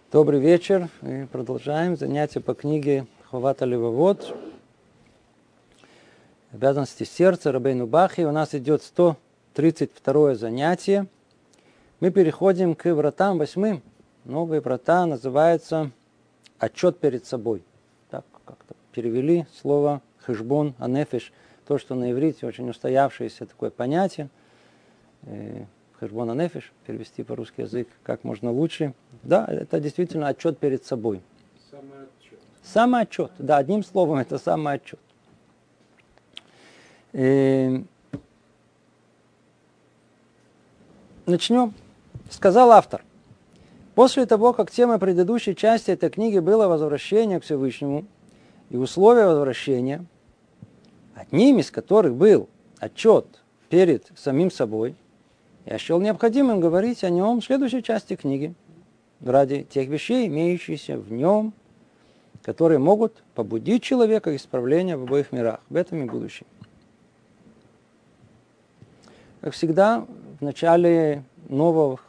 Добрый вечер. Мы продолжаем занятия по книге Ховат Левавот. Обязанности сердца Рабейну Бахи. У нас идет 132 занятие. Мы переходим к вратам 8. Новые врата называются «Отчет перед собой». Так как-то перевели слово «хэшбон анефеш», то, что на иврите очень устоявшееся такое понятие. Хэшбон анефеш, перевести по русский язык как можно лучше. Да, это действительно отчет перед собой. Самоотчет. Самоотчет, да, одним словом, это самоотчет. Начнем. Сказал автор. После того, как тема предыдущей части этой книги была возвращение к Всевышнему и условия возвращения, одним из которых был отчет перед самим собой, я счел необходимым говорить о нем в следующей части книги, ради тех вещей, имеющихся в нем, которые могут побудить человека к исправлению в обоих мирах, в этом и будущем. Как всегда, в начале новых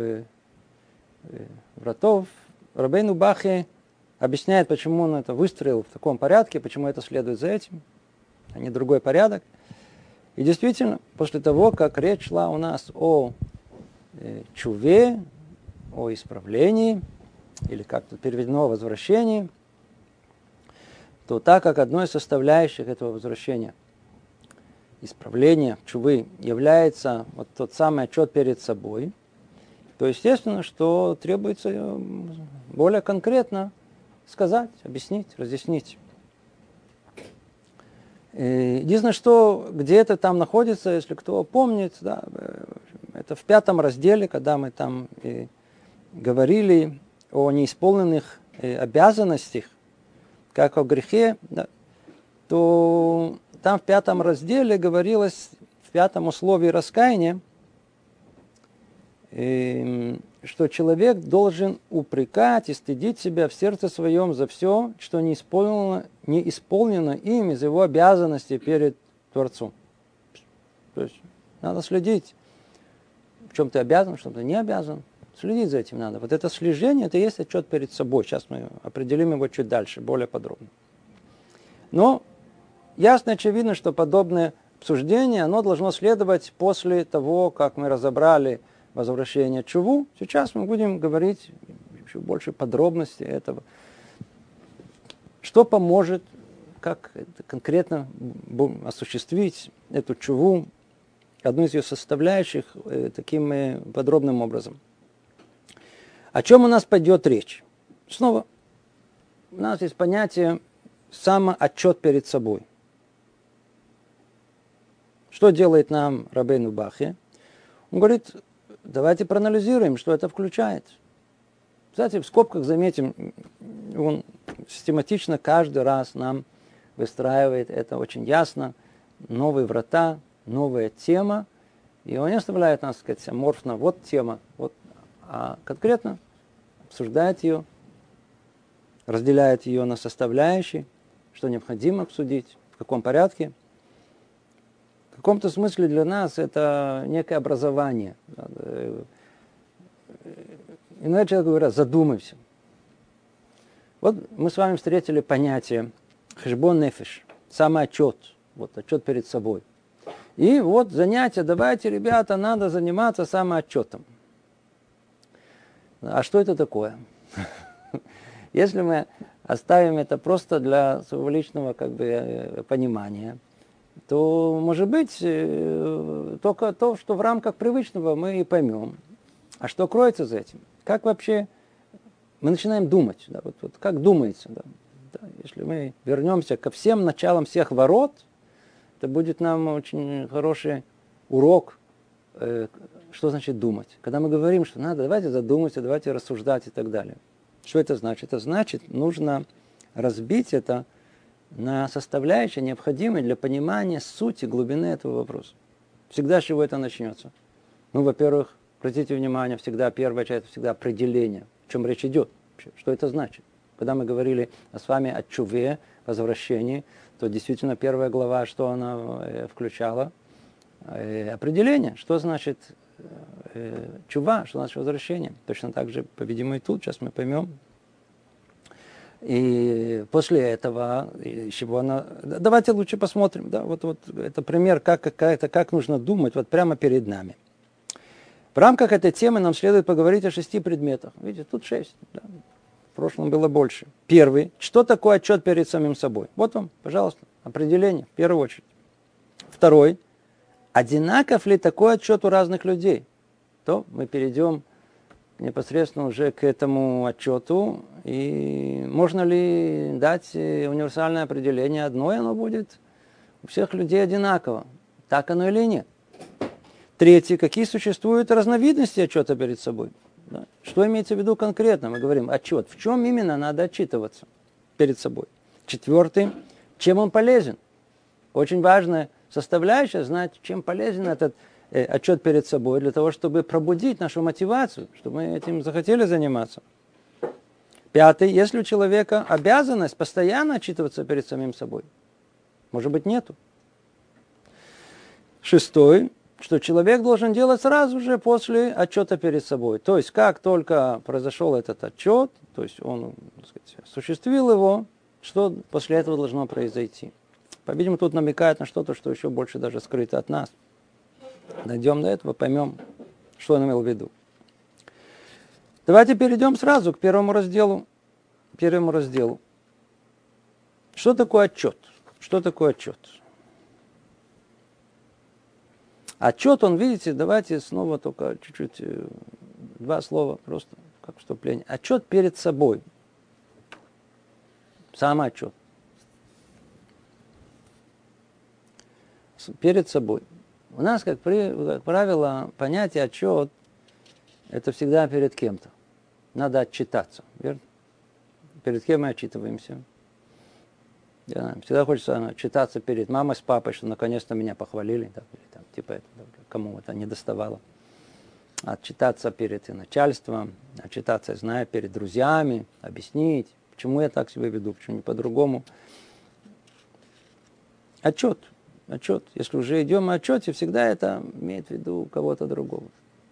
вратов Рабейну Бахи объясняет, почему он это выстроил в таком порядке, почему это следует за этим, а не другой порядок. И действительно, после того, как речь шла у нас о чуве, о исправлении, или как тут переведено возвращении, то так как одной из составляющих этого возвращения, исправления чувы, является вот тот самый отчет перед собой, то естественно, что требуется более конкретно сказать, объяснить, разъяснить. Единственное, что где-то там находится, если кто помнит, да, это в 5 разделе, когда мы там говорили о неисполненных обязанностях, как о грехе, да, то там в 5 разделе говорилось, в 5 условии раскаяния, что человек должен упрекать и стыдить себя в сердце своем за все, что не исполнено им из его обязанностей перед Творцом. То есть надо следить, в чем ты обязан, в чем ты не обязан. Следить за этим надо. Вот это слежение, это и есть отчет перед собой. Сейчас мы определим его чуть дальше, более подробно. Но ясно, очевидно, что подобное обсуждение, оно должно следовать после того, как мы разобрали возвращение чуву. Сейчас мы будем говорить еще больше подробностей этого. Что поможет, как конкретно осуществить эту чуву, одну из ее составляющих, таким подробным образом. О чем у нас пойдет речь? Снова, у нас есть понятие самоотчет перед собой. Что делает нам Рабейну Бахи? Он говорит, давайте проанализируем, что это включает. Кстати, в скобках заметим, он систематично каждый раз нам выстраивает это очень ясно. Новые врата, новая тема. И он не оставляет нас, так сказать, аморфно, вот тема, вот, а конкретно обсуждает ее, разделяет ее на составляющие, что необходимо обсудить, в каком порядке. В каком-то смысле для нас это некое образование. Иначе говоря, задумайся. Вот мы с вами встретили понятие хэшбон нефеш, самоотчет, вот отчет перед собой. И вот занятие, давайте, ребята, надо заниматься самоотчетом. А что это такое? Если мы оставим это просто для своего личного понимания, то, может быть, только то, что в рамках привычного мы и поймем. А что кроется за этим? Как вообще мы начинаем думать? Да, вот как думается? Да, если мы вернемся ко всем началам всех ворот, это будет нам очень хороший урок, что значит думать. Когда мы говорим, что надо, давайте задуматься, давайте рассуждать и так далее. Что это значит? Это значит, нужно разбить это на составляющие, необходимые для понимания сути, глубины этого вопроса. Всегда с чего это начнется? Ну, во-первых, обратите внимание, всегда первая часть, всегда определение, о чем речь идет, что это значит. Когда мы говорили с вами о чуве, возвращении, то действительно первая глава, что она включала? Определение, что значит чува, что наше возвращение. Точно так же, по-видимому, и тут, сейчас мы поймем. И после этого, давайте лучше посмотрим, да, вот это пример, как нужно думать, вот прямо перед нами. В рамках этой темы нам следует поговорить о 6 предметах. Видите, тут 6. Да. В прошлом было больше. Первый. Что такое отчет перед самим собой? Вот вам, пожалуйста, определение, в первую очередь. Второй. Одинаков ли такой отчет у разных людей? То мы перейдем непосредственно уже к этому отчету. И можно ли дать универсальное определение одно, и оно будет у всех людей одинаково? Так оно или нет? Третье. Какие существуют разновидности отчета перед собой? Да? Что имеется в виду конкретно? Мы говорим отчет. В чем именно надо отчитываться перед собой? Четвертый. Чем он полезен? Очень важная составляющая знать, чем полезен этот отчет перед собой, для того, чтобы пробудить нашу мотивацию, чтобы мы этим захотели заниматься. Пятый. Есть ли у человека обязанность постоянно отчитываться перед самим собой? Может быть, нету. Шестой. Что человек должен делать сразу же после отчета перед собой. То есть, как только произошел этот отчет, то есть он, так сказать, осуществил его, что после этого должно произойти. По-видимому, тут намекает на что-то, что еще больше даже скрыто от нас. Дойдем до этого, поймем, что он имел в виду. Давайте перейдем сразу к первому разделу. Что такое отчет? Что такое отчет? Отчет, он, видите, давайте снова только чуть-чуть, 2 слова просто как вступление. Отчет перед собой. Самоотчет. Перед собой. У нас, как правило, понятие отчет – это всегда перед кем-то. Надо отчитаться, верно? Перед кем мы отчитываемся? Всегда хочется отчитаться перед мамой с папой, что наконец-то меня похвалили, да, или там, типа это, кому это не доставало. Отчитаться перед начальством, отчитаться, знаю, перед друзьями, объяснить, почему я так себя веду, почему не по-другому. Отчет. Если уже идем о отчете, всегда это имеет в виду кого-то другого.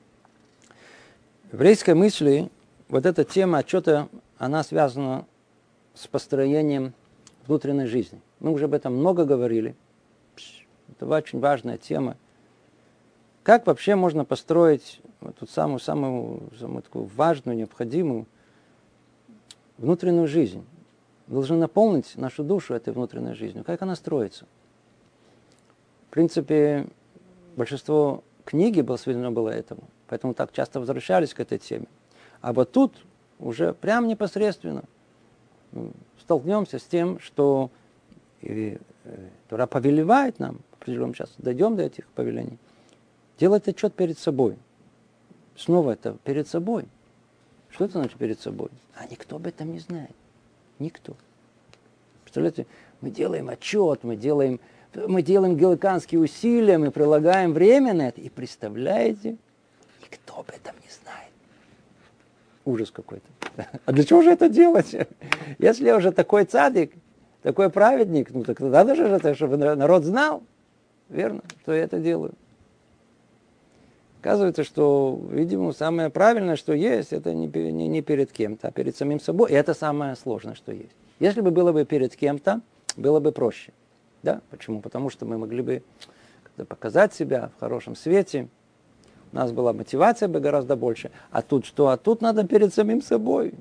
В еврейской мысли вот эта тема отчета, она связана с построением внутренней жизни. Мы уже об этом много говорили. Это очень важная тема. Как вообще можно построить ту самую такую важную, необходимую внутреннюю жизнь? Мы должны наполнить нашу душу этой внутренней жизнью. Как она строится? В принципе, большинство книги было сведено этому. Поэтому так часто возвращались к этой теме. А вот тут уже прям непосредственно столкнемся с тем, что Тора повелевает нам, определенно сейчас дойдем до этих повелений, делать отчет перед собой. Снова это перед собой. Что это значит перед собой? А никто об этом не знает. Никто. Представляете, мы делаем отчет, мы делаем гигантские усилия, мы прилагаем время на это. И представляете, никто об этом не знает. Ужас какой-то. А для чего же это делать? Если я уже такой цадик, такой праведник, так надо же это, чтобы народ знал, верно, что я это делаю. Оказывается, что, видимо, самое правильное, что есть, это не перед кем-то, а перед самим собой. И это самое сложное, что есть. Если бы было бы перед кем-то, было бы проще. Да? Почему? Потому что мы могли бы показать себя в хорошем свете. У нас была мотивация бы гораздо больше. А тут что? А тут надо перед самим собой.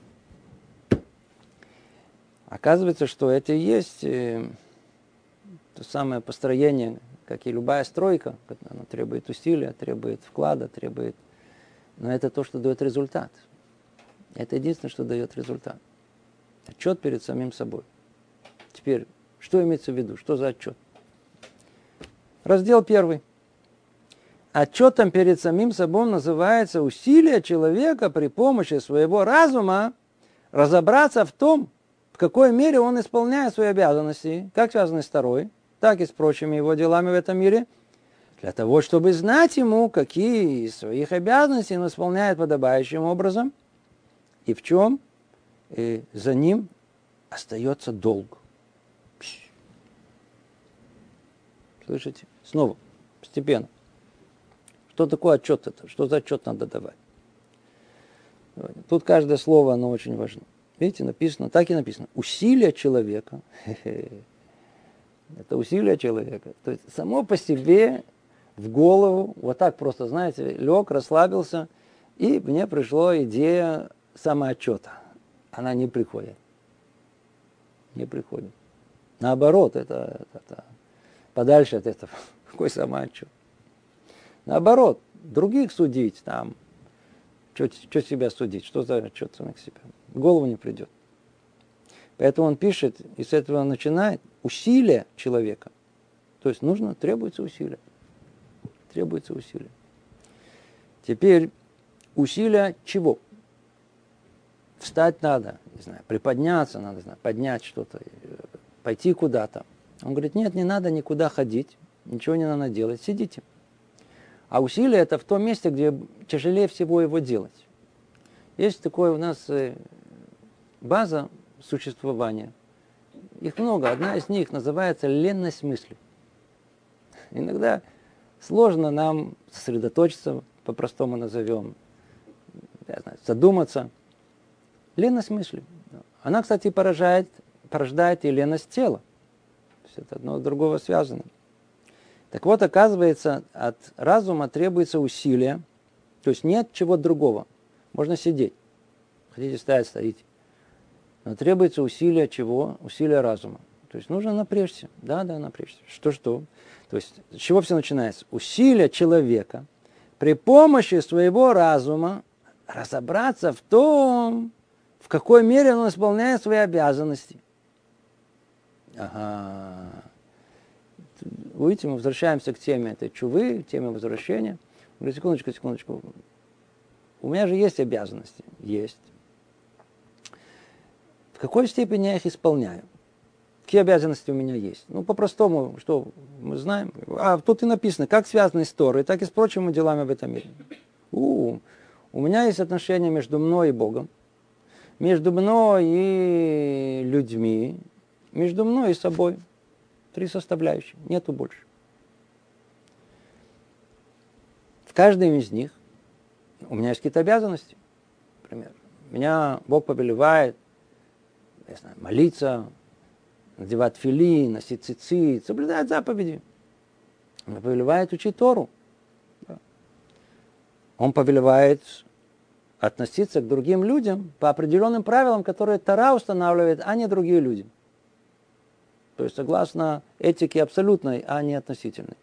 Оказывается, что это и есть то самое построение, как и любая стройка. Она требует усилия, требует вклада, Но это то, что дает результат. Это единственное, что дает результат. Отчет перед самим собой. Теперь, что имеется в виду? Что за отчет? Раздел 1. Отчетом перед самим собой называется усилие человека при помощи своего разума разобраться в том, в какой мере он исполняет свои обязанности, как связанные с Торой, так и с прочими его делами в этом мире, для того, чтобы знать ему, какие из своих обязанностей он исполняет подобающим образом, и в чем за ним остается долг. Слышите? Снова, постепенно. Что такое отчет это? Что за отчет надо давать? Тут каждое слово, оно очень важно. Видите, написано, так и написано. Усилия человека. Это усилия человека. То есть само по себе в голову, вот так просто, знаете, лег, расслабился, и мне пришла идея самоотчета. Она не приходит. Не приходит. Наоборот, это подальше от этого. Какой самоотчет? Наоборот, других судить, там, что себя судить, что за отчет самих себя. В голову не придет. Поэтому он пишет, и с этого начинает, усилия человека. То есть требуется усилие. Требуется усилие. Теперь усилия чего? Встать надо, не знаю, приподняться надо, не знаю, поднять что-то, пойти куда-то. Он говорит, нет, не надо никуда ходить, ничего не надо делать, сидите. А усилие это в том месте, где тяжелее всего его делать. Есть такое у нас база существования. Их много. Одна из них называется ленность мысли. Иногда сложно нам сосредоточиться, по-простому назовем, задуматься. Ленность мысли. Она, кстати, порождает и ленность тела. То есть это одно от другого связано. Так вот, оказывается, от разума требуется усилие. То есть нет чего-то другого. Можно сидеть. Хотите стоять, стоите. Но требуется усилие чего? Усилие разума. То есть нужно напрячься. Да, напрячься. Что? То есть с чего все начинается? Усилие человека при помощи своего разума разобраться в том, в какой мере он исполняет свои обязанности. Ага. Видите, мы возвращаемся к теме этой чувы, теме возвращения. Говорю, секундочку. У меня же есть обязанности. Есть. В какой степени я их исполняю? Какие обязанности у меня есть? По-простому, что мы знаем. Тут и написано, как связаны с Торой, так и с прочими делами в этом мире. У меня есть отношения между мной и Богом, между мной и людьми, между мной и собой. 3 составляющие, нету больше. В каждой из них у меня есть какие-то обязанности. Например, меня Бог повелевает, молиться, надевать тфилин, носить цицит, соблюдать заповеди. Он повелевает учить Тору. Он повелевает относиться к другим людям по определенным правилам, которые Тора устанавливает, а не другие люди. То есть согласно этике абсолютной, а не относительной.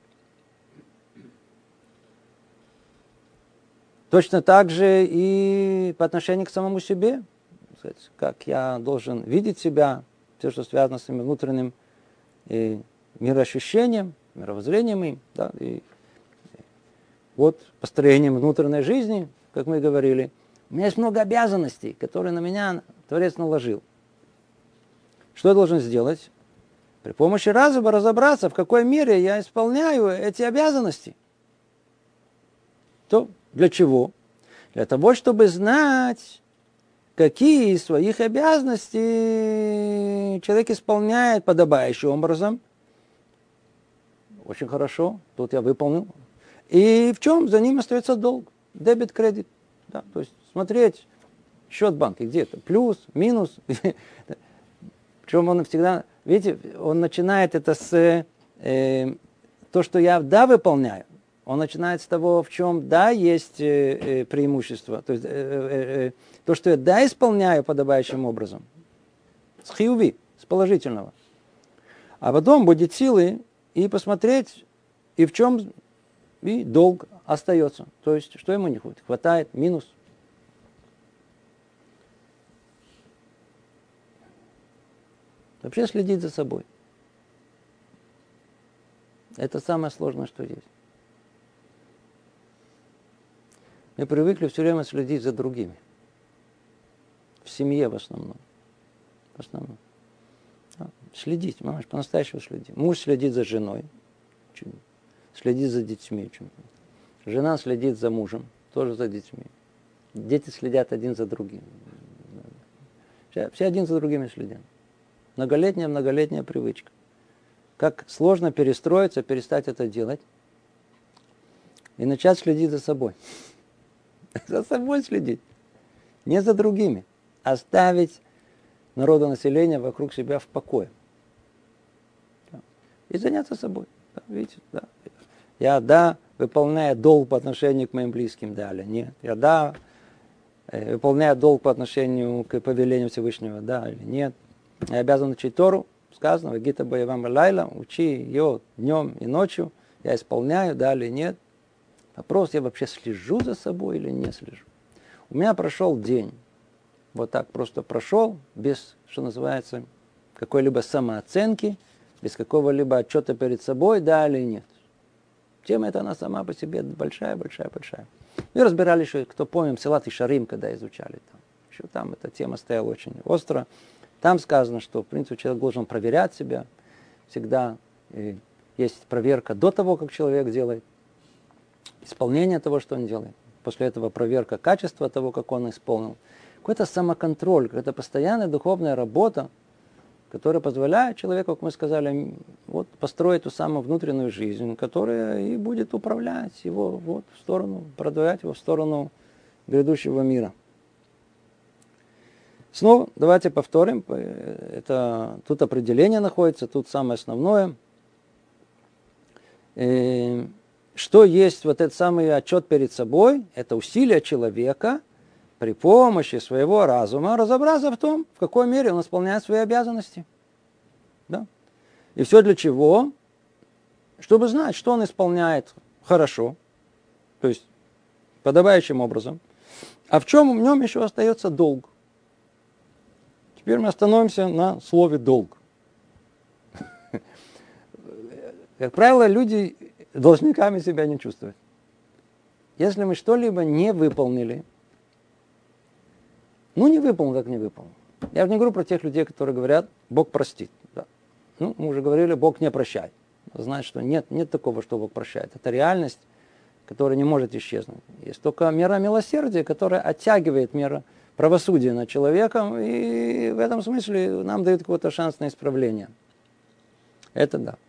Точно так же и по отношению к самому себе. Как я должен видеть себя, все, что связано с моим внутренним мироощущением, мировоззрением им. Да, и вот построением внутренней жизни, как мы говорили. У меня есть много обязанностей, которые на меня Творец наложил. Что я должен сделать? При помощи разума разобраться, в какой мере я исполняю эти обязанности. То для чего? Для того, чтобы знать, какие из своих обязанностей человек исполняет подобающим образом. Очень хорошо, тут я выполнил. И в чем за ним остается долг? Дебет, кредит. Да, то есть смотреть счет банка где-то, плюс, минус. Причем он всегда... Видите, он начинает это с то, что я выполняю. Он начинает с того, в чем есть преимущество. То есть то, что я исполняю подобающим образом. С хиуви, с положительного. А потом будет силы и посмотреть, и в чем и долг остается. То есть, что ему не хватает, минус. Вообще следить за собой. Это самое сложное, что есть. Мы привыкли все время следить за другими. В семье в основном. Следить, мамаш, по-настоящему следить. Муж следит за женой, следит за детьми. Жена следит за мужем, тоже за детьми. Дети следят один за другим. Все один за другими следят. Многолетняя привычка. Как сложно перестроиться, перестать это делать. и начать следить за собой. За собой следить. Не за другими. Оставить народонаселение вокруг себя в покое. И заняться собой. Видите, да. Я, выполняю долг по отношению к моим близким, да или нет. Я, выполняю долг по отношению к повелению Всевышнего, да или нет. Я обязан учить Тору, сказано, «Вагита боевам лайла», учи ее днем и ночью. Я исполняю, да или нет. Вопрос, я вообще слежу за собой или не слежу. У меня прошел день. Вот так просто прошел, без, что называется, какой-либо самооценки, без какого-либо отчета перед собой, да или нет. Тема эта, она сама по себе большая. Мы разбирали еще, кто помним, Силат и Шарим, когда изучали. Еще там эта тема стояла очень остро. Там сказано, что, в принципе, человек должен проверять себя. Всегда есть проверка до того, как человек делает. Исполнение того, что он делает. После этого проверка качества того, как он исполнил. Какой-то самоконтроль, какая-то постоянная духовная работа, которая позволяет человеку, как мы сказали, вот, построить ту самую внутреннюю жизнь, которая и будет управлять его вот, в сторону, продвигать его в сторону грядущего мира. Снова давайте повторим. Тут определение находится, тут самое основное. Что есть вот этот самый отчет перед собой? Это усилие человека при помощи своего разума разобраться в том, в какой мере он исполняет свои обязанности. Да? И все для чего? Чтобы знать, что он исполняет хорошо, то есть подобающим образом, а в чем в нем еще остается долг. Теперь мы остановимся на слове «долг». Как правило, люди должниками себя не чувствуют. Если мы что-либо не выполнили, не выполнил, так не выполнил. Я не говорю про тех людей, которые говорят, Бог простит. Да. Мы уже говорили, Бог не прощает. Значит, что нет такого, что Бог прощает. Это реальность, которая не может исчезнуть. Есть только мера милосердия, которая оттягивает меру правосудия над человеком, и в этом смысле нам дает какой-то шанс на исправление. Это да.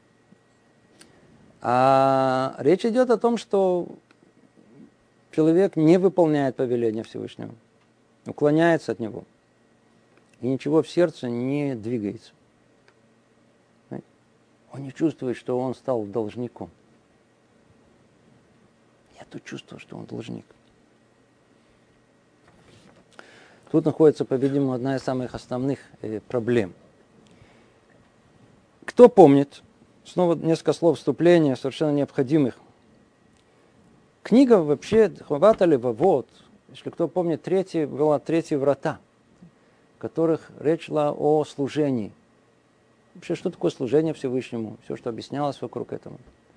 А речь идет о том, что человек не выполняет повеление Всевышнего, уклоняется от него, и ничего в сердце не двигается. Он не чувствует, что он стал должником. Нету чувства, что он должник. Тут находится, по-видимому, одна из самых основных проблем. Кто помнит, снова несколько слов вступления, совершенно необходимых. Книга вообще Хават Левавот, если кто помнит, была третьи врата, в которых речь шла о служении. Вообще, что такое служение Всевышнему? Все, что объяснялось вокруг этого.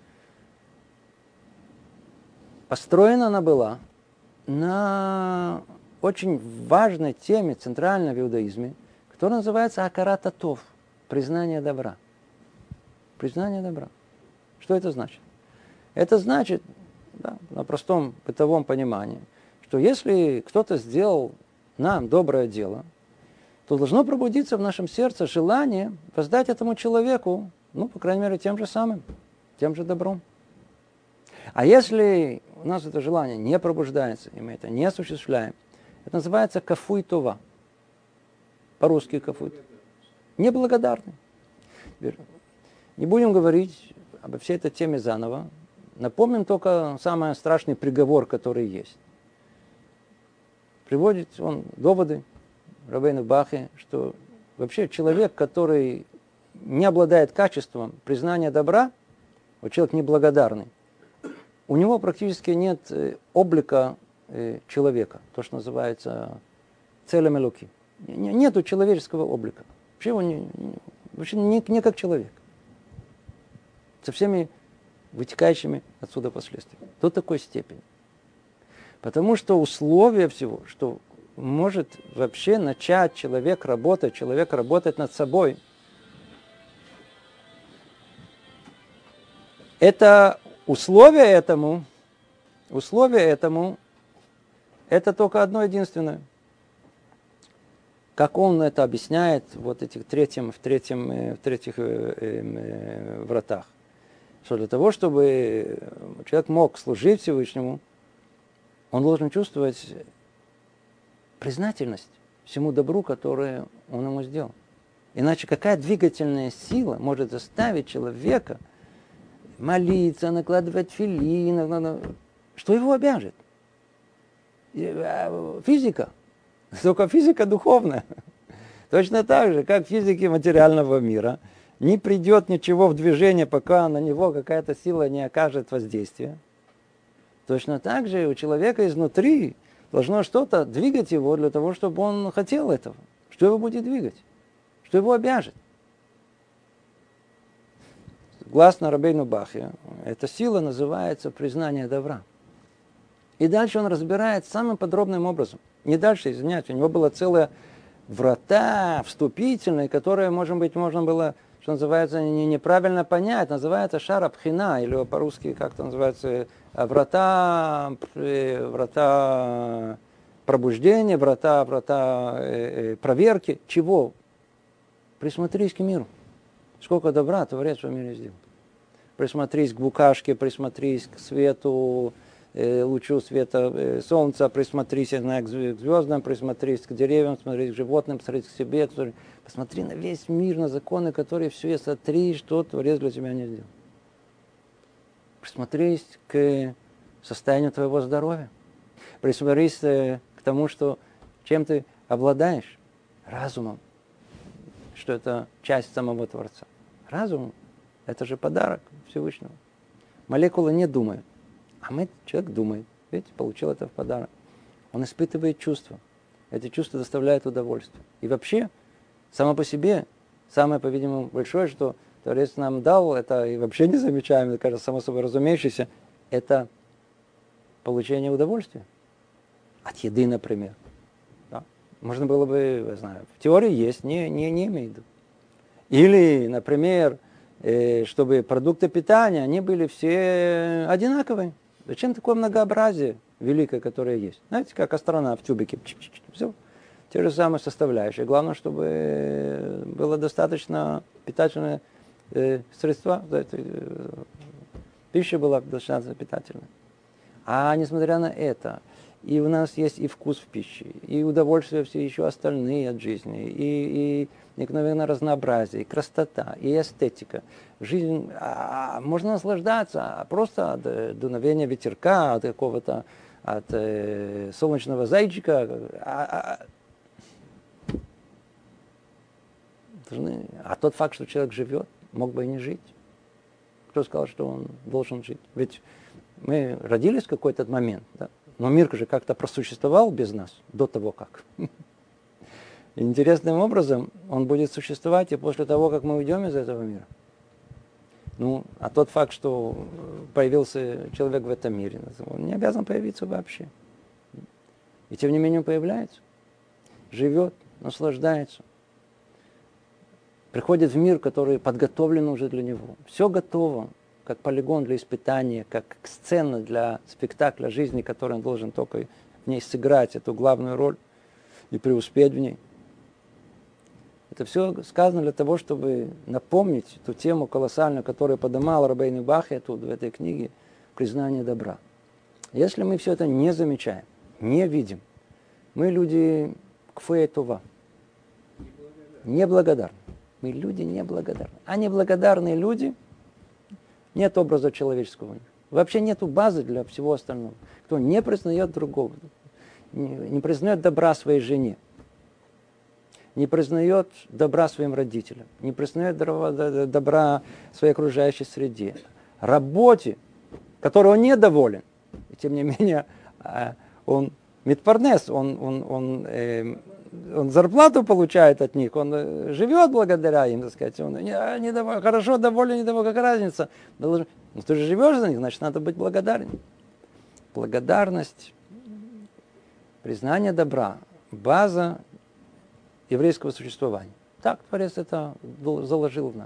Построена она была на очень важной теме, центральной в иудаизме, которая называется Акарат Атов, признание добра. Признание добра. Что это значит? Это значит, на простом бытовом понимании, что если кто-то сделал нам доброе дело, то должно пробудиться в нашем сердце желание воздать этому человеку, по крайней мере, тем же самым, тем же добром. А если у нас это желание не пробуждается, и мы это не осуществляем, это называется кафуй това. По-русски кафуй. Неблагодарный. Не будем говорить обо всей этой теме заново. Напомним только самый страшный приговор, который есть. Приводит он доводы Рабейну Бахе, что вообще человек, который не обладает качеством признания добра, вот человек неблагодарный, у него практически нет облика человека, то, что называется целем элоки. Нету человеческого облика. Вообще он не как человек. Со всеми вытекающими отсюда последствиями. До такой степени. Потому что условие всего, что может вообще начать человек работать над собой, это условие этому, это только одно единственное. Как он это объясняет в третьих вратах. Что для того, чтобы человек мог служить Всевышнему, он должен чувствовать признательность всему добру, которое он ему сделал. Иначе какая двигательная сила может заставить человека молиться, накладывать филин, что его обяжет? Физика. Только физика духовная. Точно так же, как в физике материального мира. Не придет ничего в движение, пока на него какая-то сила не окажет воздействия. Точно так же у человека изнутри должно что-то двигать его для того, чтобы он хотел этого. Что его будет двигать? Что его обяжет? Согласно Рабейну Бахе, эта сила называется признание добра. И дальше он разбирает самым подробным образом. Не дальше, извиняюсь, у него было целое врата вступительные, которые, может быть, можно было, что называется, неправильно понять. Называется шара пхина, или по-русски как-то называется врата пробуждения, врата проверки. Чего? Присмотрись к миру. Сколько добра Творец в мире сделал. Присмотрись к букашке, присмотрись к свету, лучу света солнца, присмотрись, я знаю, к звездам, присмотрись к деревьям, смотрись к животным, смотрись к себе. Посмотри на весь мир, на законы, которые все есть. Смотри, что Творец для тебя не сделал. Присмотрись к состоянию твоего здоровья. Присмотрись к тому, чем ты обладаешь. Разумом. Что это часть самого Творца. Разум – это же подарок Всевышнего. Молекулы не думают. А человек думает. Видите, получил это в подарок. Он испытывает чувства. Эти чувства доставляют удовольствие. И вообще, само по себе, самое, по-видимому, большое, что Творец нам дал, это и вообще не замечаем, мне кажется, само собой разумеющееся, это получение удовольствия. От еды, например. Да. Можно было бы, я знаю, в теории есть, не имею в виду. Или, например, чтобы продукты питания, они были все одинаковые. Зачем такое многообразие великое, которое есть? Знаете, как астронавт в тюбике. Все. Те же самые составляющие. Главное, чтобы было достаточно питательное средства. Пища была достаточно питательной. А несмотря на это, и у нас есть и вкус в пище, и удовольствия все еще остальные от жизни, и необыкновенное разнообразие, и красота, и эстетика. Жизнь, можно наслаждаться просто от дуновения ветерка, от какого-то, от солнечного зайчика. А тот факт, что человек живет, мог бы и не жить. Кто сказал, что он должен жить? Ведь мы родились в какой-то момент, да? Но мир же как-то просуществовал без нас до того, как. Интересным образом он будет существовать и после того, как мы уйдем из этого мира. А тот факт, что появился человек в этом мире, он не обязан появиться вообще. И тем не менее он появляется, живет, наслаждается. Приходит в мир, который подготовлен уже для него. Все готово, как полигон для испытания, как сцена для спектакля жизни, который он должен только в ней сыграть эту главную роль и преуспеть в ней. Это все сказано для того, чтобы напомнить ту тему колоссальную, которую поднимал Рабейну Бахе тут в этой книге, признание добра. Если мы все это не замечаем, не видим, мы люди кфуэ това, неблагодарны. Мы люди неблагодарны. А неблагодарные люди, нет образа человеческого у них. Вообще нету базы для всего остального. Кто не признает другого, не признает добра своей жене, не признает добра своим родителям, не признает добра своей окружающей среде, работе, которой он недоволен. И тем не менее, он митпарнес, он зарплату получает от них, он живет благодаря им, так сказать. Он хорошо доволен, недоволен, какая разница? Но ты же живешь за них, значит, надо быть благодарным. Благодарность, признание добра, база еврейского существования. Так Творец это заложил в нас.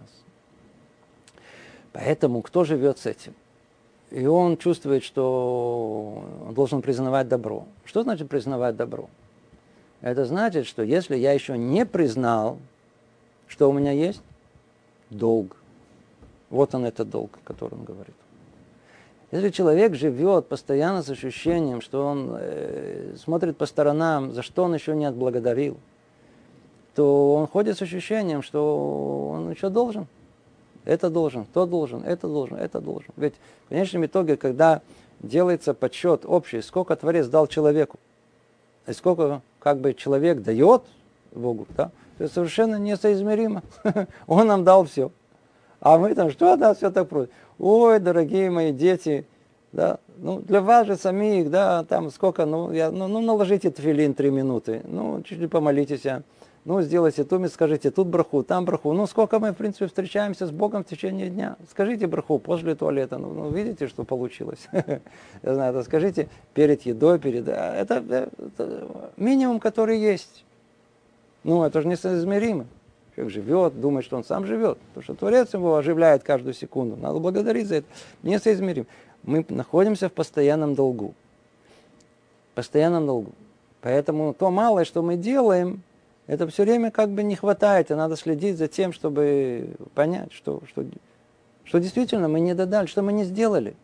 Поэтому кто живет с этим? И он чувствует, что он должен признавать добро. Что значит признавать добро? Это значит, что если я еще не признал, что у меня есть, долг. Вот он, этот долг, о котором он говорит. Если человек живет постоянно с ощущением, что он смотрит по сторонам, за что он еще не отблагодарил, то он ходит с ощущением, что он еще должен. Это должен, то должен, это должен, это должен. Ведь в конечном итоге, когда делается подсчет общий, сколько Творец дал человеку, и сколько как бы человек дает Богу, да, это совершенно несоизмеримо. Он нам дал все. А мы там, что да, все так просто. Ой, дорогие мои дети, да, ну для вас же самих, да, там сколько, наложите тфилин 3 минуты, чуть-чуть помолитесь, ну, сделайте тут, скажите тут браху, там браху. Ну, сколько мы, в принципе, встречаемся с Богом в течение дня. Скажите браху после туалета. Ну видите, что получилось? Я знаю, это скажите перед едой, это минимум, который есть. Ну, это же несоизмеримо. Человек живет, думает, что он сам живет. Потому что Творец его оживляет каждую секунду. Надо благодарить за это. Несоизмеримо. Мы находимся в постоянном долгу. Постоянном долгу. Поэтому то малое, что мы делаем, это все время как бы не хватает, и надо следить за тем, чтобы понять, что действительно мы не додали, что мы не сделали.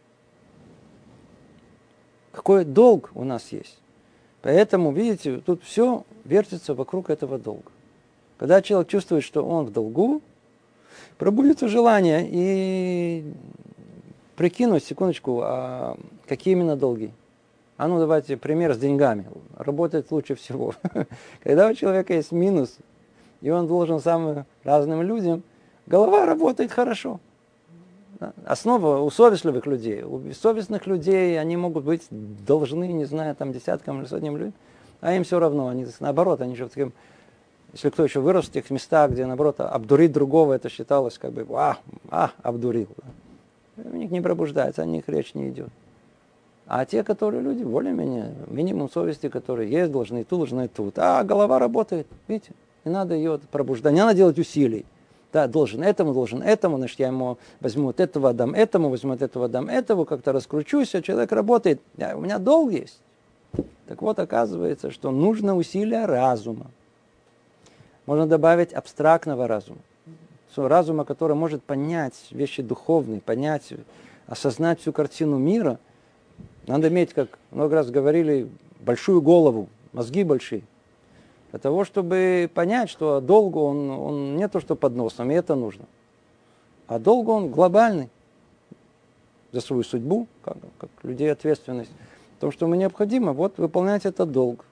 Какой долг у нас есть. Поэтому, видите, тут все вертится вокруг этого долга. Когда человек чувствует, что он в долгу, пробудится желание и прикинуть, секундочку, а какие именно долги. А ну давайте пример с деньгами. Работает лучше всего. Когда у человека есть минус, и он должен самым разным людям, голова работает хорошо. Основа у совестливых людей. У бессовестных людей они могут быть должны, не знаю, там десяткам или сотням людей, а им все равно. Они, наоборот, они же в таком, если кто еще вырос в тех местах, где, наоборот, обдурить другого, это считалось как бы, обдурил. У них не пробуждается, о них речь не идет. А те, которые люди, более-менее, минимум совести, которые есть, должны тут. А голова работает, видите, не надо ее пробуждать, не надо делать усилий. Да, должен, значит, я ему возьму от этого, отдам этому, возьму от этого, отдам этому, как-то раскручусь, а человек работает. У меня долг есть. Так вот, оказывается, что нужно усилие разума. Можно добавить абстрактного разума. Разума, который может понять вещи духовные, понять, осознать всю картину мира. Надо иметь, как много раз говорили, большую голову, мозги большие. Для того, чтобы понять, что долг, он не то, что под носом, и это нужно. А долг, он глобальный. За свою судьбу, как людей ответственность. В том, что ему необходимо выполнять этот долг.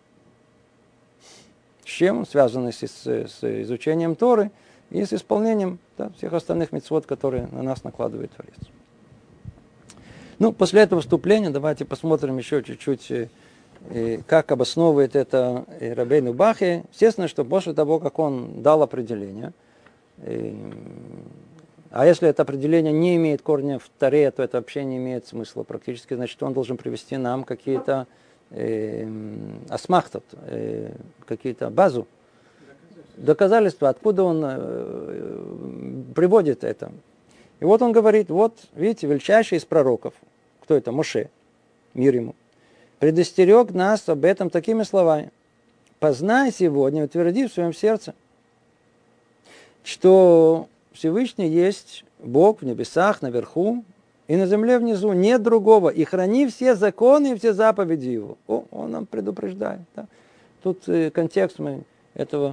С чем он связан? С изучением Торы и с исполнением всех остальных мицвот, которые на нас накладывает Творец. После этого вступления давайте посмотрим еще чуть-чуть, как обосновывает это Рабейну Бахья. Естественно, что после того, как он дал определение, а если это определение не имеет корня в Торе, то это вообще не имеет смысла практически, значит, он должен привести нам какие-то асмахтот, какие-то базу, доказательства, откуда он приводит это. И вот он говорит, видите, величайший из пророков, кто это? Моше, мир ему, предостерег нас об этом такими словами. Познай сегодня, утверди в своем сердце, что Всевышний есть Бог в небесах, наверху, и на земле внизу, нет другого, и храни все законы и все заповеди его. Он нам предупреждает. Да? Тут контекст мы этого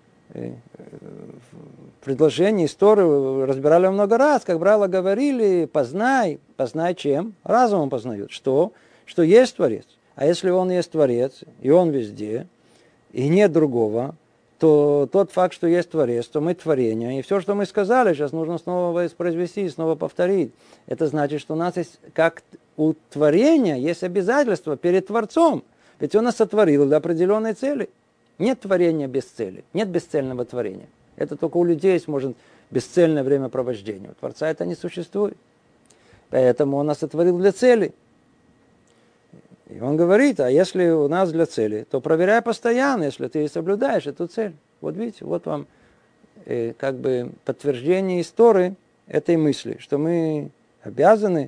предложение истории разбирали много раз, как правило, говорили, познай чем? Разумом познают. Что есть Творец. А если он есть Творец, и он везде, и нет другого, то тот факт, что есть Творец, то мы творение. И все, что мы сказали, сейчас нужно снова воспроизвести, снова повторить. Это значит, что у нас есть, как у творения, есть обязательство перед Творцом. Ведь он нас сотворил для определенной цели. Нет творения без цели, нет бесцельного творения. Это только у людей есть, может, бесцельное времяпровождение. У Творца это не существует. Поэтому он нас сотворил для цели. И он говорит, а если у нас для цели, то проверяй постоянно, если ты соблюдаешь эту цель. Вот видите, вот вам как бы подтверждение истории этой мысли, что мы обязаны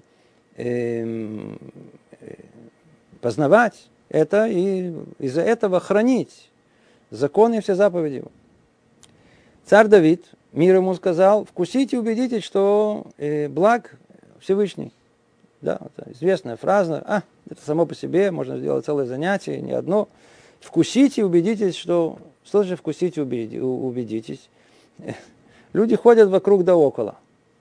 познавать это и из-за этого хранить законы и все заповеди его. Царь Давид, мир ему сказал, вкусите и убедитесь, что благ Всевышний. Да, это известная фраза. Это само по себе, можно сделать целое занятие, не одно. Вкусите, убедитесь, что... Что же вкусите, убедитесь? Люди ходят вокруг да около.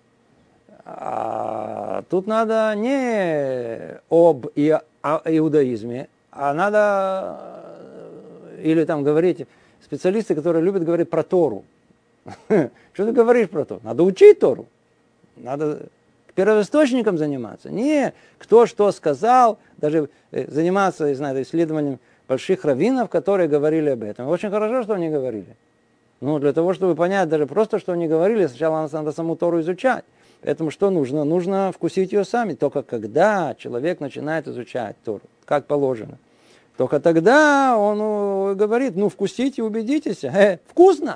А тут надо не об иудаизме, а надо, или там говорить, специалисты, которые любят говорить про Тору. Что ты говоришь про Тору? Надо учить Тору. Надо первоисточником заниматься. Не кто что сказал, даже заниматься, не знаю, исследованием больших раввинов, которые говорили об этом. Очень хорошо, что они говорили. Но для того, чтобы понять даже просто, что они говорили, сначала надо саму Тору изучать. Поэтому что нужно? Нужно вкусить ее сами. Только когда человек начинает изучать Тору, как положено, только тогда он говорит, вкусите, убедитесь. Вкусно!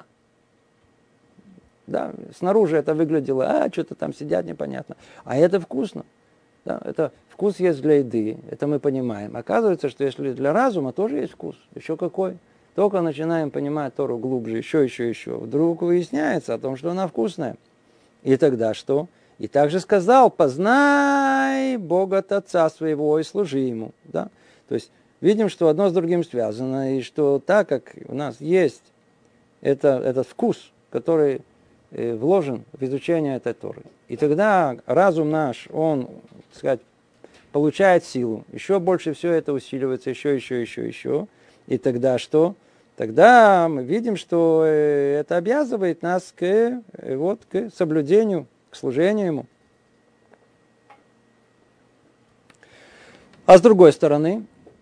Да, снаружи это выглядело, что-то там сидят непонятно. А это вкусно. Да, это вкус есть для еды, это мы понимаем. Оказывается, что если для разума тоже есть вкус. Еще какой? Только начинаем понимать Тору глубже, еще. Вдруг выясняется о том, что она вкусная. И тогда что? И также сказал, познай Бога от Отца своего и служи Ему. Да? То есть видим, что одно с другим связано, и что так как у нас есть этот вкус, который вложен в изучение этой Торы, и тогда разум наш, он, так сказать, получает силу, еще больше все это усиливается, еще. И тогда что? Тогда мы видим, что это обязывает нас к соблюдению, к служению Ему. А с другой стороны,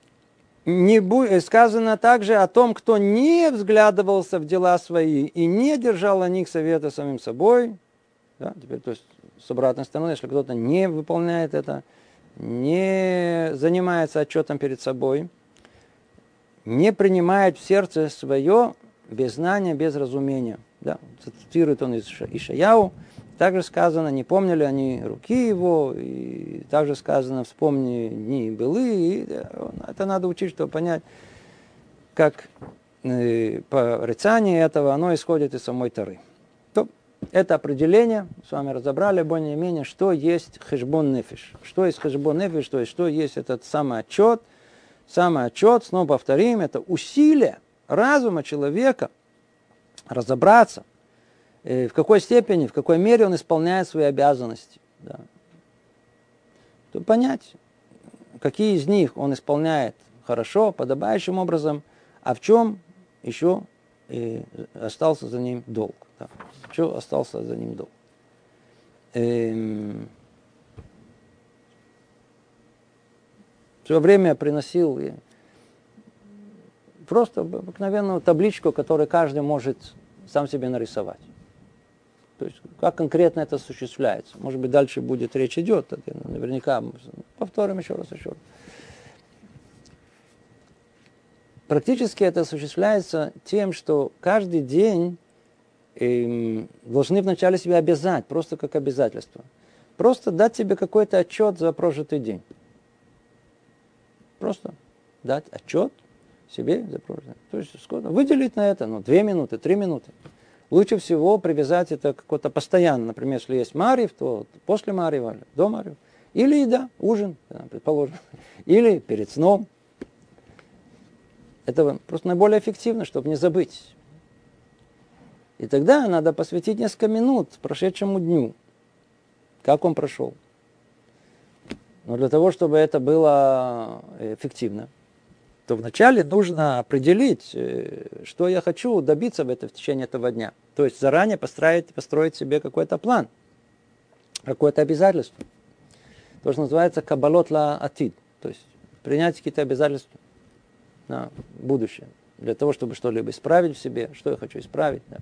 сказано также о том, кто не взглядывался в дела свои и не держал о них совета самим собой. Да, теперь, то есть, с обратной стороны, если кто-то не выполняет это, не занимается отчетом перед собой, не принимает в сердце свое без знания, без разумения. Да, цитирует он из Ишаяу. Также сказано, не помнили они руки его, и также сказано, вспомни дни былые. И это надо учить, чтобы понять, как порицание этого, оно исходит из самой Торы. То, это определение, с вами разобрали более-менее, что есть хэшбон нефиш. Что есть хэшбон нефиш, то есть что есть этот самоотчет. Самоотчет, снова повторим, это усилие разума человека разобраться, в какой степени, в какой мере он исполняет свои обязанности. Да. То понять, какие из них он исполняет хорошо, подобающим образом, а в чем еще остался за ним долг. Да. Что остался за ним долг. Все время я приносил просто обыкновенную табличку, которую каждый может сам себе нарисовать. То есть, как конкретно это осуществляется. Может быть, дальше будет речь идет, наверняка повторим еще раз. Практически это осуществляется тем, что каждый день должны вначале себя обязать, просто как обязательство. Просто дать себе какой-то отчет за прожитый день. Просто дать отчет себе за прожитый день. То есть, выделить на это 2 минуты, 3 минуты. Лучше всего привязать это какое-то постоянно. Например, если есть Марьев, то после Марьева, до Марьева. Или еда, ужин, предположим. Или перед сном. Это просто наиболее эффективно, чтобы не забыть. И тогда надо посвятить несколько минут прошедшему дню. Как он прошел. Но для того, чтобы это было эффективно, то вначале нужно определить, что я хочу добиться в течение этого дня. То есть заранее построить себе какой-то план, какое-то обязательство. То, что называется кабалот ла атид. То есть принять какие-то обязательства на будущее. Для того, чтобы что-либо исправить в себе, что я хочу исправить. Да.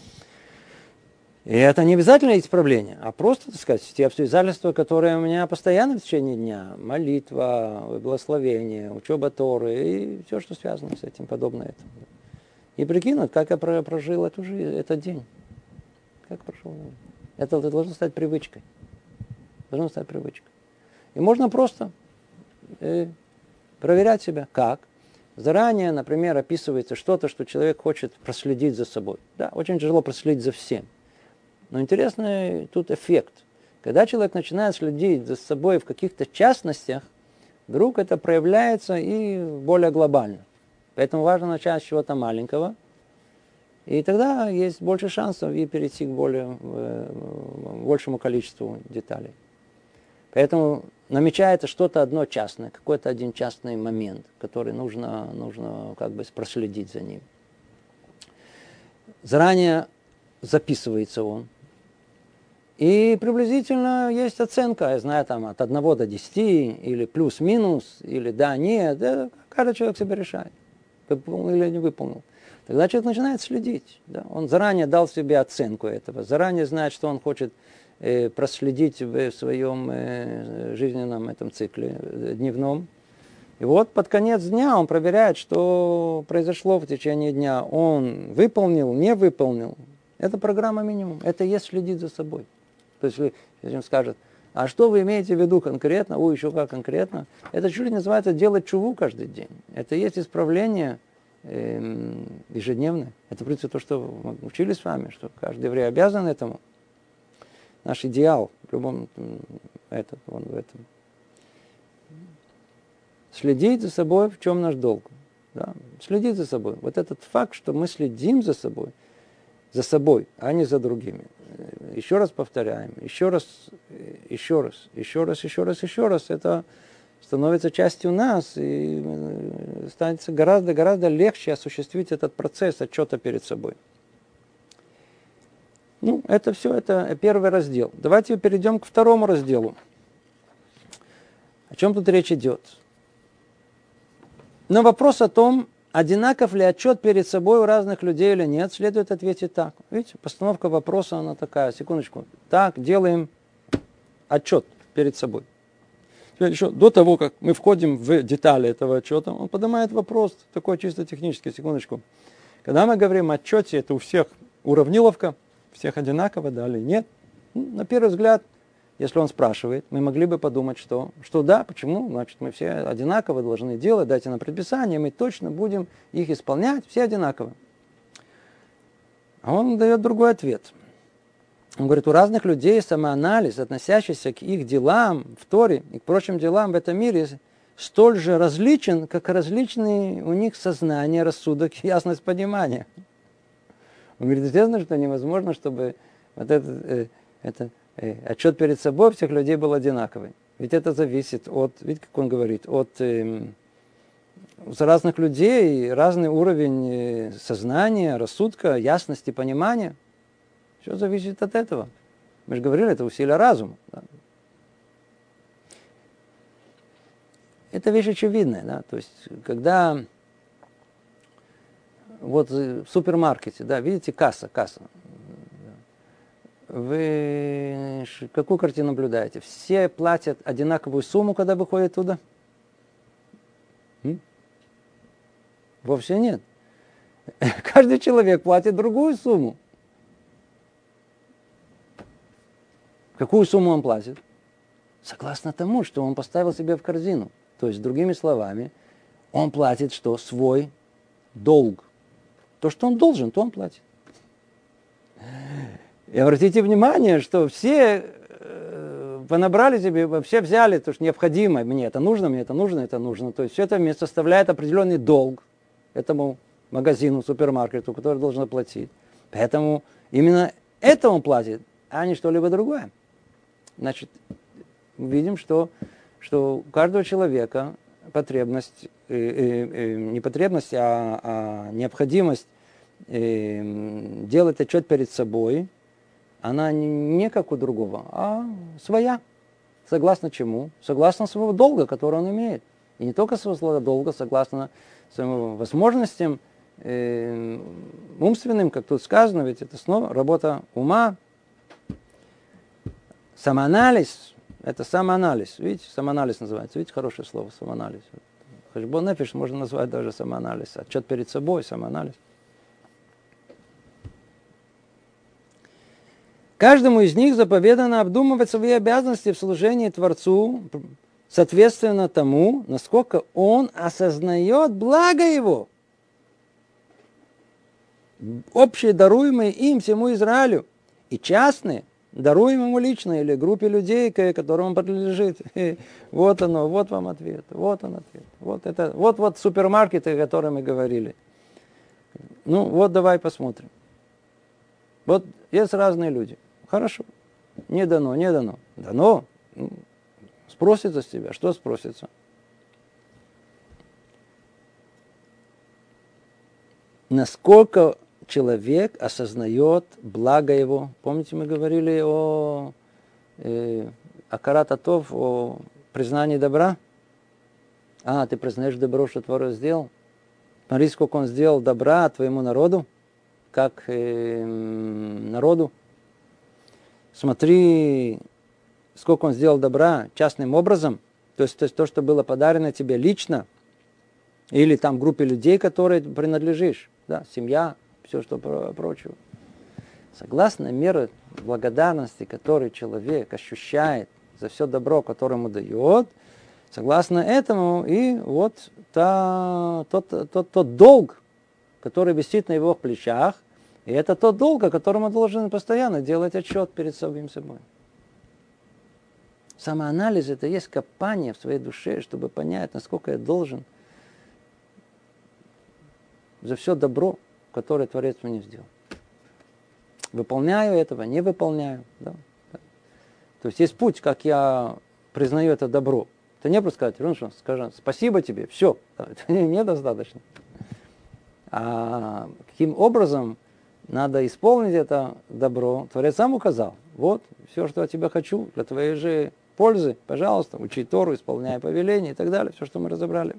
И это не обязательно исправление, а просто, так сказать, те обстоятельства, которые у меня постоянно в течение дня. Молитва, благословение, учеба Торы и все, что связано с этим, подобное этому. И прикинуть, как я прожил этот день. Как прошел. Это должно стать привычкой. Должно стать привычкой. И можно просто проверять себя. Как? Заранее, например, описывается что-то, что человек хочет проследить за собой. Да, очень тяжело проследить за всем. Но интересный тут эффект. Когда человек начинает следить за собой в каких-то частностях, вдруг это проявляется и более глобально. Поэтому важно начать с чего-то маленького, и тогда есть больше шансов и перейти к большему количеству деталей. Поэтому намечается что-то одно частное, какой-то один частный момент, который нужно как бы проследить за ним. Заранее записывается он. И приблизительно есть оценка, я знаю, там от 1 до 10, или плюс-минус, или да, нет. Каждый человек себе решает, выполнил или не выполнил. Тогда человек начинает следить. Да? Он заранее дал себе оценку этого, заранее знает, что он хочет проследить в своем жизненном этом цикле дневном. И вот под конец дня он проверяет, что произошло в течение дня. Он выполнил, не выполнил. Это программа минимум. Это есть следить за собой. То есть если он скажет, а что вы имеете в виду конкретно? Еще как конкретно? Это чуть ли называется делать чуву каждый день. Это есть исправление ежедневное. Это, в принципе, то, что мы учили с вами, что каждый еврей обязан этому. Наш идеал в любом в этом. Следить за собой, в чем наш долг. Да? Следить за собой. Вот этот факт, что мы следим за собой, а не за другими. Еще раз повторяем, еще раз. Это становится частью нас, и станет гораздо легче осуществить этот процесс отчета перед собой. Это все, это первый раздел. Давайте перейдем к второму разделу. О чем тут речь идет? На вопрос о том, одинаков ли отчет перед собой у разных людей или нет, следует ответить так. Видите, постановка вопроса, она такая, секундочку. Так, делаем отчет перед собой. Теперь еще до того, как мы входим в детали этого отчета, он поднимает вопрос, такой чисто технический, секундочку. Когда мы говорим о отчете, это у всех уравниловка, всех одинаково, да или нет? На первый взгляд, если он спрашивает, мы могли бы подумать, что да, почему? Значит, мы все одинаково должны делать, дайте нам предписание, мы точно будем их исполнять, все одинаково. А он дает другой ответ. Он говорит, у разных людей самоанализ, относящийся к их делам в Торе и к прочим делам в этом мире, столь же различен, как различные у них сознание, рассудок и ясность понимания. Он говорит, естественно, что невозможно, чтобы вот этот отчет перед собой всех людей был одинаковый. Ведь это зависит от, видите, как он говорит, от разных людей разный уровень сознания, рассудка, ясности, понимания. Все зависит от этого. Мы же говорили, это усилие разума. Да? Это вещь очевидная. Да? То есть, когда вот в супермаркете, да, видите, касса. Вы какую картину наблюдаете? Все платят одинаковую сумму, когда выходят туда? Вовсе нет. Каждый человек платит другую сумму. Какую сумму он платит? Согласно тому, что он поставил себе в корзину. То есть, другими словами, он платит что? Свой долг. То, что он должен, то он платит. И обратите внимание, что все понабрали себе, все взяли то, что необходимо. Мне это нужно. То есть все это мне составляет определенный долг этому магазину, супермаркету, который должен оплатить. Поэтому именно это он платит, а не что-либо другое. Значит, мы видим, что у каждого человека потребность, не потребность, а необходимость делать отчет перед собой, она не как у другого, а своя. Согласно чему? Согласно своего долга, который он имеет. И не только своего долга, согласно своим возможностям умственным, как тут сказано, ведь это снова работа ума. Самоанализ – это самоанализ. Видите, самоанализ называется. Видите, хорошее слово – самоанализ. Хешбон нефеш можно назвать даже самоанализ. Отчет перед собой – самоанализ. Каждому из них заповедано обдумывать свои обязанности в служении Творцу, соответственно тому, насколько он осознает благо его, общие даруемые им, всему Израилю, и частные, Даруем ему лично или группе людей, которым он принадлежит. И вот оно, вот вам ответ, вот он ответ. Вот супермаркеты, о которых мы говорили. Ну, вот давай посмотрим. Вот есть разные люди. Хорошо. Не дано, не дано. Дано. Спросится с тебя. Что спросится? Насколько человек осознает благо его. Помните, мы говорили о акарат атов, о признании добра? Ты признаешь добро, что Творец сделал? Смотри, сколько он сделал добра твоему народу, как народу. Смотри, сколько он сделал добра частным образом, то есть то, что было подарено тебе лично, или там группе людей, которые принадлежишь, да, семья, все что прочее. Согласно мере благодарности, которую человек ощущает за все добро, которое ему дает, согласно этому и вот тот долг, который висит на его плечах, и это тот долг, о котором он должен постоянно делать отчет перед самим собой. Самоанализ – это есть копание в своей душе, чтобы понять, насколько я должен за все добро, которое Творец мне сделал. Выполняю этого, не выполняю. Да. То есть путь, как я признаю это добро. Это не просто сказать, скажи, спасибо тебе, все. Это недостаточно. А каким образом надо исполнить это добро, Творец сам указал. Вот, все, что я тебя хочу, для твоей же пользы, пожалуйста, учи Тору, исполняй повеления и так далее, все, что мы разобрали.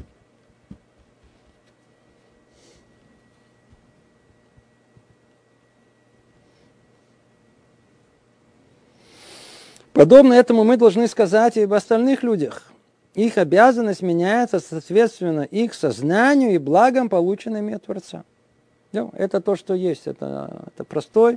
Подобно этому мы должны сказать и об остальных людях. Их обязанность меняется соответственно их сознанию и благам, полученными от Творца. Это то, что есть. Это простой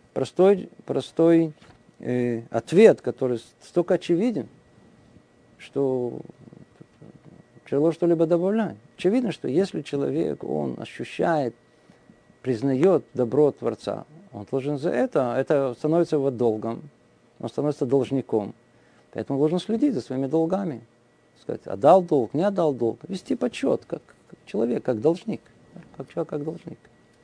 ответ, который столько очевиден, что тяжело что-либо добавлять. Очевидно, что если человек, он ощущает, признает добро Творца, он должен за это становится его долгом, он становится должником. Поэтому он должен следить за своими долгами. Сказать, отдал долг, не отдал долг. Вести подсчет, как человек, как должник. Как человек, как должник.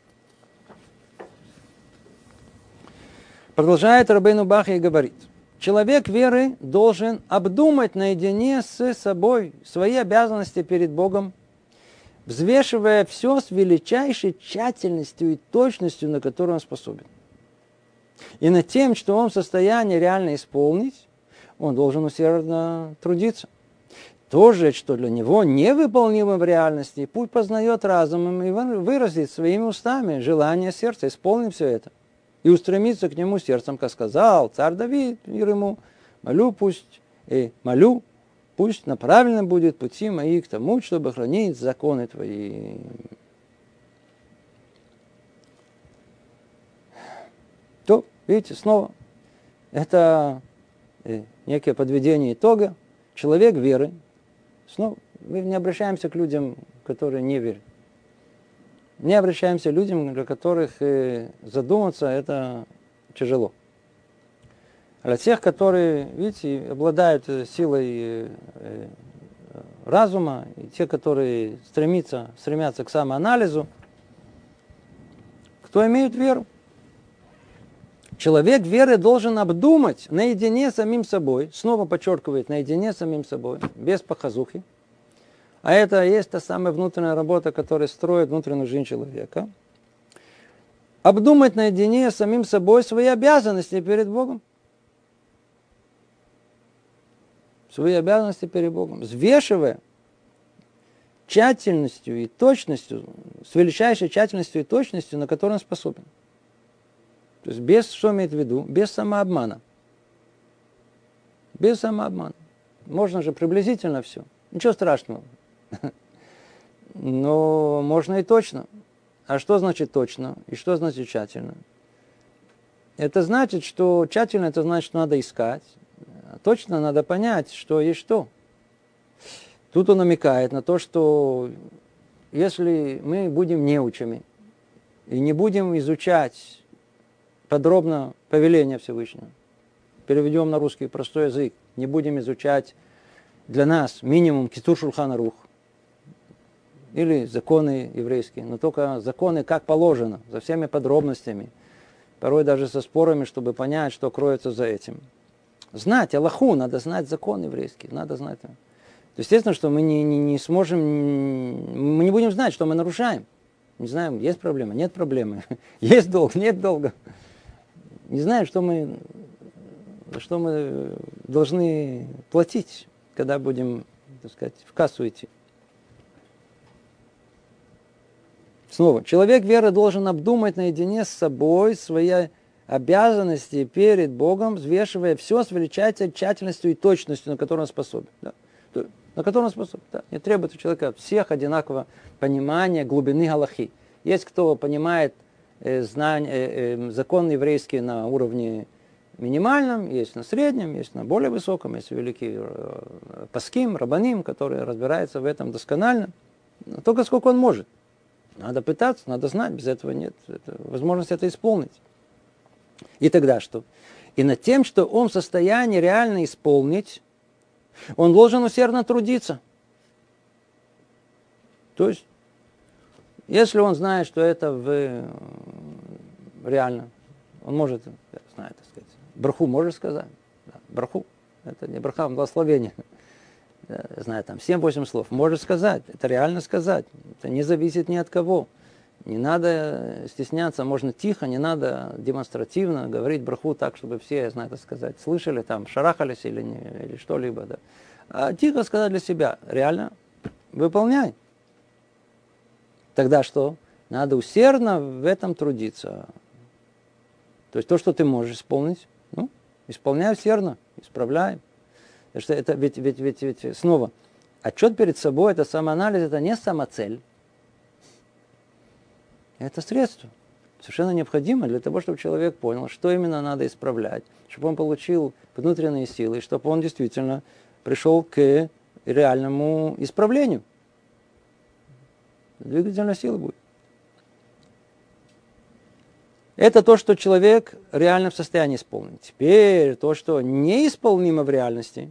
Продолжает Рабейну Бахья и говорит, человек веры должен обдумать наедине с собой свои обязанности перед Богом, взвешивая все с величайшей тщательностью и точностью, на которую он способен. И над тем, что он в состоянии реально исполнить, он должен усердно трудиться. То же, что для него невыполнимо в реальности, пусть познает разумом и выразит своими устами желание сердца, исполнить все это. И устремиться к нему сердцем, как сказал царь Давид, мир ему, молю пусть направлено будет пути мои к тому, чтобы хранить законы твои. То, видите, снова, это некое подведение итога. Человек веры, снова, мы не обращаемся к людям, которые не верят. Не обращаемся к людям, для которых задуматься это тяжело. А для тех, которые, видите, обладают силой разума, и те, которые стремятся к самоанализу, кто имеет веру. Человек веры должен обдумать наедине с самим собой, снова подчеркивает, наедине с самим собой, без похазухи. А это есть та самая внутренняя работа, которая строит внутреннюю жизнь человека. Обдумать наедине с самим собой свои обязанности перед Богом. Свои обязанности перед Богом. Взвешивая тщательностью и точностью, с величайшей тщательностью и точностью, на которую он способен. То есть без, что имеет в виду? Без самообмана. Без самообмана. Можно же приблизительно все. Ничего страшного. Но можно и точно. А что значит точно? И что значит тщательно? Это значит, что тщательно, это значит, что надо искать. А точно надо понять, что есть что. Тут он намекает на то, что если мы будем неучами и не будем изучать подробно повеление Всевышнего. Переведем на русский простой язык. Не будем изучать для нас минимум Китур Шулхан Арух или законы еврейские, но только законы как положено, за всеми подробностями, порой даже со спорами, чтобы понять, что кроется за этим. Знать Аллаху, надо знать закон еврейский, надо знать. Естественно, что мы не сможем, мы не будем знать, что мы нарушаем. Не знаем, есть проблема, нет проблемы, есть долг, нет долга. Не знаем, что мы должны платить, когда будем, так сказать, в кассу идти. Снова, человек веры должен обдумать наедине с собой свои обязанности перед Богом, взвешивая все с величайшей тщательностью и точностью, на которую он способен. Да? На которую он способен. Да? Не требует у человека всех одинакового понимания глубины галахи. Есть кто понимает закон еврейский на уровне минимальном, есть на среднем, есть на более высоком, есть великий паским, рабаним, который разбирается в этом досконально. Но только сколько он может. Надо пытаться, надо знать, без этого нет возможности это исполнить. И тогда что? И над тем, что он в состоянии реально исполнить, он должен усердно трудиться. То есть, если он знает, что это реально, он может, я знаю, так сказать, браху может сказать. Да, браху, это не браха, благословение. Я знаю, там 7-8 слов. Может сказать, это реально сказать. Это не зависит ни от кого. Не надо стесняться, можно тихо, не надо демонстративно говорить браху так, чтобы все, я знаю, так сказать, слышали, там, шарахались или что-либо. Да. А тихо сказать для себя, реально выполняй. Тогда что? Надо усердно в этом трудиться. То есть то, что ты можешь исполнить, исполняй усердно, исправляй. Потому что это ведь снова, отчет перед собой, это самоанализ, это не самоцель. Это средство. Совершенно необходимо для того, чтобы человек понял, что именно надо исправлять, чтобы он получил внутренние силы, чтобы он действительно пришел к реальному исправлению. Двигательная сила будет. Это то, что человек реально в состоянии исполнить. Теперь то, что неисполнимо в реальности,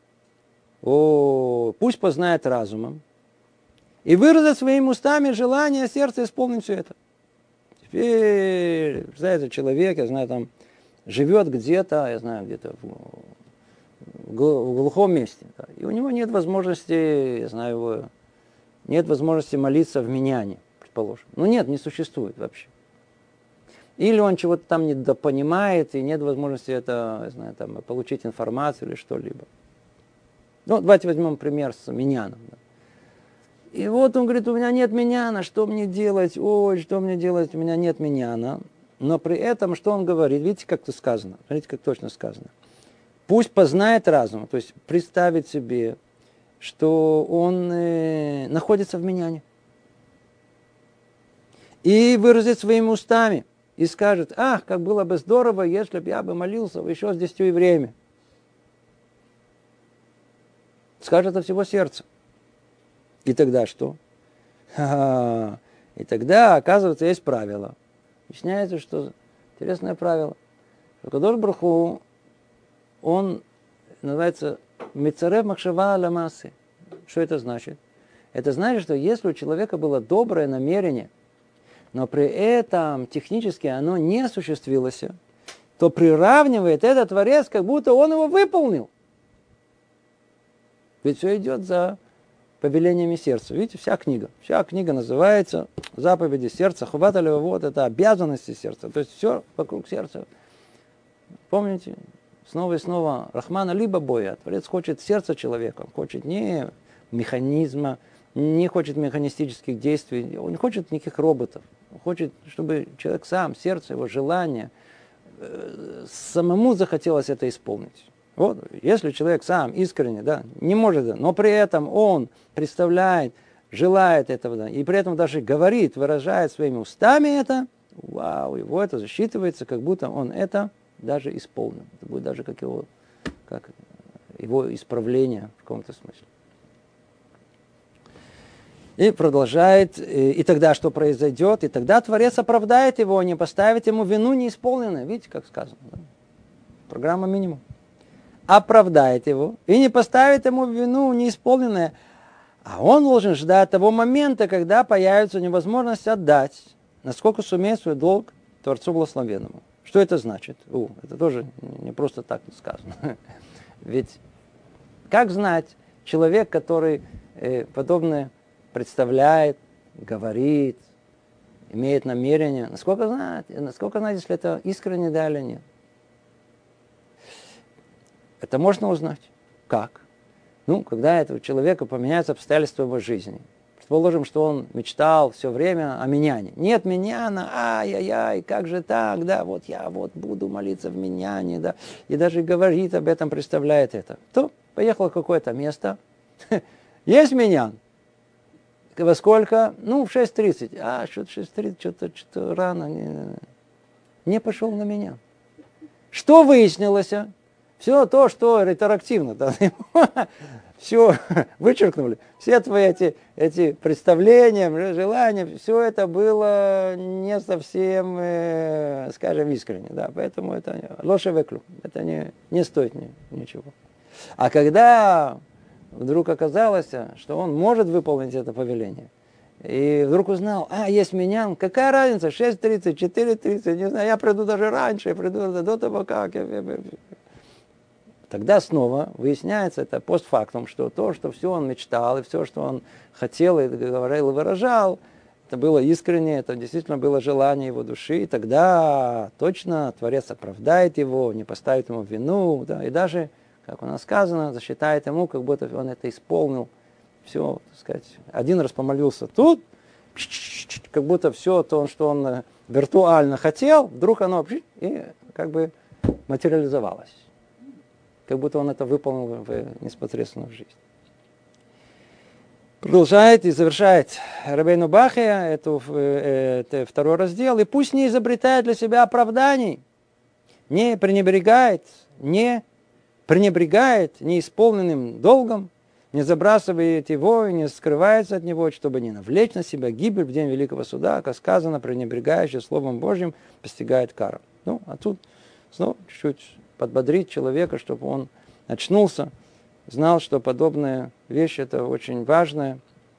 пусть познает разумом и выразит своими устами желание сердца исполнить все это. Теперь, знаете, человек, я знаю, там живет где-то, я знаю, где-то в глухом месте, да, и у него нет возможности, я знаю, нет возможности молиться в миньяне, предположим. Нет, не существует вообще. Или он чего-то там недопонимает, и нет возможности это, я знаю, там, получить информацию или что-либо. Давайте возьмем пример с миньяном. Да. И вот он говорит, у меня нет миньяна, что мне делать? Что мне делать? У меня нет миньяна. Но при этом, что он говорит? Видите, как тут сказано? Смотрите, как точно сказано. Пусть познает разум, то есть представить себе, что он находится в миньяне. И выразит своими устами. И скажет, как было бы здорово, если бы я бы молился еще с 10 евреями. Скажет от всего сердца. И тогда что? И тогда, оказывается, есть правило. Объясняется, что интересное правило. Что Кадош Барух Ху, он называется Мицарев Махшава ля Маасе. Что это значит? Это значит, что если у человека было доброе намерение, но при этом технически оно не осуществилось, то приравнивает этот Творец, как будто он его выполнил. Ведь все идет за повелениями сердца. Видите, вся книга называется «Заповеди сердца», «Хуват аль-Левавот», это обязанности сердца, то есть все вокруг сердца. Помните, снова и снова Рахмана либо боя. Творец хочет сердца человека, он хочет не механизма, не хочет механистических действий, он не хочет никаких роботов. Он хочет, чтобы человек сам, сердце его, желание, самому захотелось это исполнить. Вот, если человек сам искренне, не может, но при этом он представляет, желает этого, и при этом даже говорит, выражает своими устами это, его это засчитывается, как будто он это даже исполнил. Это будет даже как его исправление в каком-то смысле. И продолжает, и тогда что произойдет? И тогда Творец оправдает его, не поставит ему вину неисполненную. Видите, как сказано? Да? Программа минимум. Оправдает его и не поставит ему вину неисполненную. А он должен ждать того момента, когда появится невозможность отдать, насколько сумеет свой долг Творцу Благословенному. Что это значит? Это тоже не просто так сказано. Ведь как знать, человек, который подобное представляет, говорит, имеет намерение, насколько знать, если это искренне, да или нет. Это можно узнать. Как? Когда этого человека поменяются обстоятельства его жизни. Предположим, что он мечтал все время о миньяне. Нет миньяна, ай-яй-яй, как же так, да, я буду молиться в миньяне, да, и даже говорит об этом, представляет это. То поехал в какое-то место, есть миньян. Во сколько? В 6:30. Что-то 6:30, что-то рано. Не пошел на меня. Что выяснилось? Все то, что ретроактивно. Да, все вычеркнули. Все твои эти представления, желания, все это было не совсем, скажем, искренне. Да, поэтому это ложь и выклю. Это не стоит ничего. А когда вдруг оказалось, что он может выполнить это повеление, и вдруг узнал, есть миньян, какая разница, 6:30, 4:30, не знаю, я приду даже раньше, я приду до того, как... Тогда снова выясняется, это постфактум, что то, что все он мечтал, и все, что он хотел, и говорил, и выражал, это было искренне, это действительно было желание его души, и тогда точно Творец оправдает его, не поставит ему вину, да, и даже, как у нас сказано, засчитает ему, как будто он это исполнил. Все, так сказать, один раз помолился тут, как будто все то, что он виртуально хотел, вдруг оно и как бы материализовалось. Как будто он это выполнил непосредственно в жизни. Продолжает и завершает Рабейну Бахья, это второй раздел. И пусть не изобретает для себя оправданий, не пренебрегает неисполненным долгом, не забрасывает его и не скрывается от него, чтобы не навлечь на себя гибель в день Великого Суда, как сказано, пренебрегающий Словом Божьим постигает кару. А тут снова чуть-чуть подбодрить человека, чтобы он очнулся, знал, что подобная вещь это очень важная.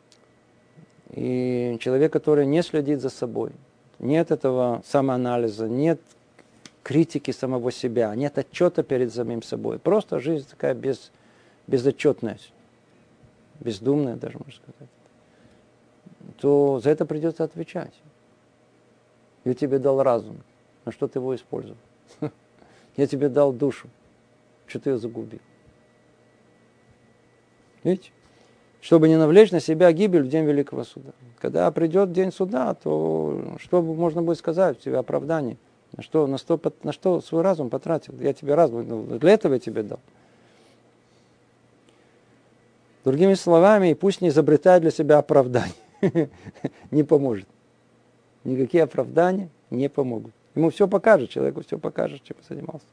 И человек, который не следит за собой, нет этого самоанализа, нет критики самого себя, нет отчета перед самим собой. Просто жизнь такая безотчетная, бездумная даже, можно сказать. То за это придется отвечать. Я тебе дал разум, на что ты его использовал? Я тебе дал душу, что ты ее загубил. Видите? Чтобы не навлечь на себя гибель в день Великого Суда. Когда придет день суда, то что можно будет сказать в тебе оправдание? На что свой разум потратил? Я тебе разум, для этого я тебе дал. Другими словами, пусть не изобретает для себя оправдание. Не поможет. Никакие оправдания не помогут. Ему все покажет, человеку все покажет, чем занимался.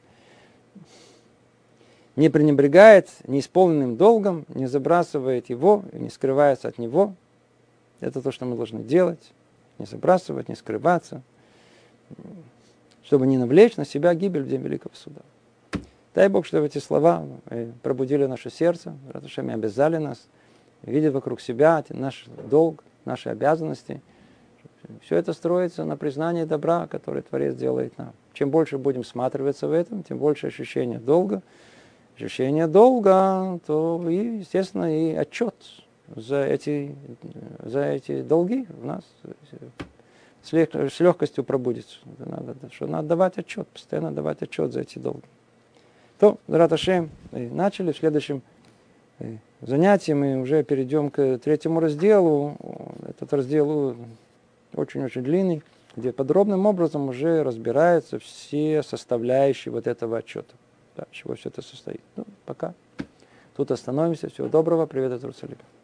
Не пренебрегает неисполненным долгом, не забрасывает его, не скрывается от него. Это то, что мы должны делать. Не забрасывать, не скрываться. Чтобы не навлечь на себя гибель в день Великого Суда. Дай Бог, чтобы эти слова пробудили наше сердце, обязали нас видеть вокруг себя наш долг, наши обязанности. Все это строится на признании добра, которое Творец делает нам. Чем больше будем всматриваться в этом, тем больше ощущение долга, то и, естественно, и отчет за эти долги у нас с легкостью пробудится. Надо давать отчет, постоянно давать отчет за эти долги. То, Рат Ашем, начали. В следующем занятии мы уже перейдем к третьему разделу. Этот раздел очень-очень длинный, где подробным образом уже разбираются все составляющие вот этого отчета. Да, из чего все это состоит. Пока. Тут остановимся. Всего доброго. Привет от Иерусалима.